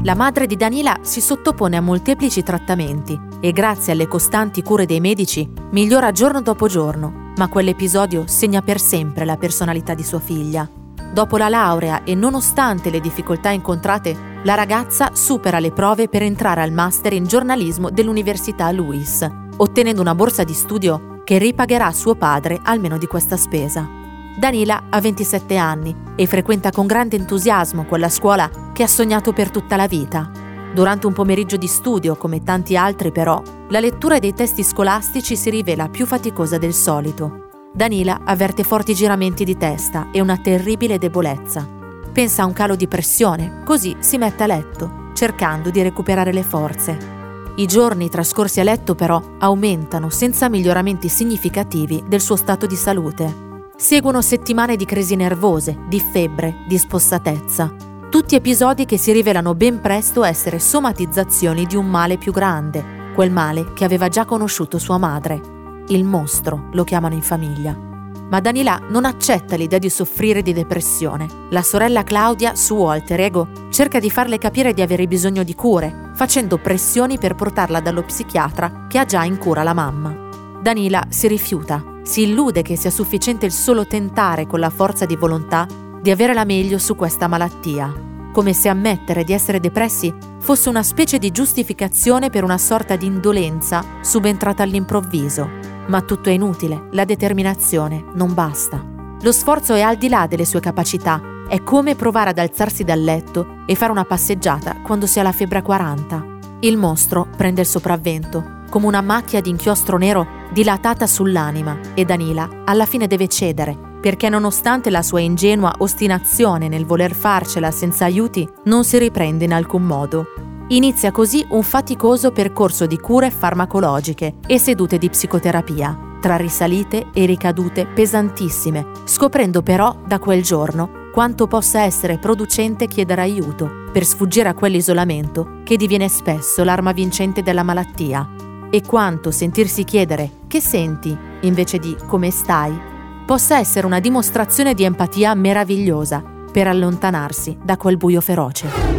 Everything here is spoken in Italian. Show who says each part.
Speaker 1: La madre di Danila si sottopone a molteplici trattamenti e grazie alle costanti cure dei medici migliora giorno dopo giorno, ma quell'episodio segna per sempre la personalità di sua figlia. Dopo la laurea e nonostante le difficoltà incontrate, la ragazza supera le prove per entrare al master in giornalismo dell'Università Lewis, ottenendo una borsa di studio che ripagherà a suo padre almeno di questa spesa. Danila ha 27 anni e frequenta con grande entusiasmo quella scuola che ha sognato per tutta la vita. Durante un pomeriggio di studio, come tanti altri però, la lettura dei testi scolastici si rivela più faticosa del solito. Danila avverte forti giramenti di testa e una terribile debolezza. Pensa a un calo di pressione, così si mette a letto, cercando di recuperare le forze. I giorni trascorsi a letto però aumentano senza miglioramenti significativi del suo stato di salute. Seguono settimane di crisi nervose, di febbre, di spossatezza. Tutti episodi che si rivelano ben presto essere somatizzazioni di un male più grande, quel male che aveva già conosciuto sua madre. Il mostro, lo chiamano in famiglia. Ma Danila non accetta l'idea di soffrire di depressione. La sorella Claudia, suo alter ego, cerca di farle capire di avere bisogno di cure, facendo pressioni per portarla dallo psichiatra che ha già in cura la mamma. Danila si rifiuta, si illude che sia sufficiente il solo tentare con la forza di volontà di avere la meglio su questa malattia, come se ammettere di essere depressi fosse una specie di giustificazione per una sorta di indolenza subentrata all'improvviso. Ma tutto è inutile, la determinazione non basta. Lo sforzo è al di là delle sue capacità, è come provare ad alzarsi dal letto e fare una passeggiata quando si ha la febbre a 40. Il mostro prende il sopravvento, come una macchia di inchiostro nero dilatata sull'anima, e Danila alla fine deve cedere, perché nonostante la sua ingenua ostinazione nel voler farcela senza aiuti, non si riprende in alcun modo. Inizia così un faticoso percorso di cure farmacologiche e sedute di psicoterapia, tra risalite e ricadute pesantissime, scoprendo però da quel giorno quanto possa essere producente chiedere aiuto per sfuggire a quell'isolamento che diviene spesso l'arma vincente della malattia, e quanto sentirsi chiedere «che senti?» invece di «come stai?» possa essere una dimostrazione di empatia meravigliosa per allontanarsi da quel buio feroce.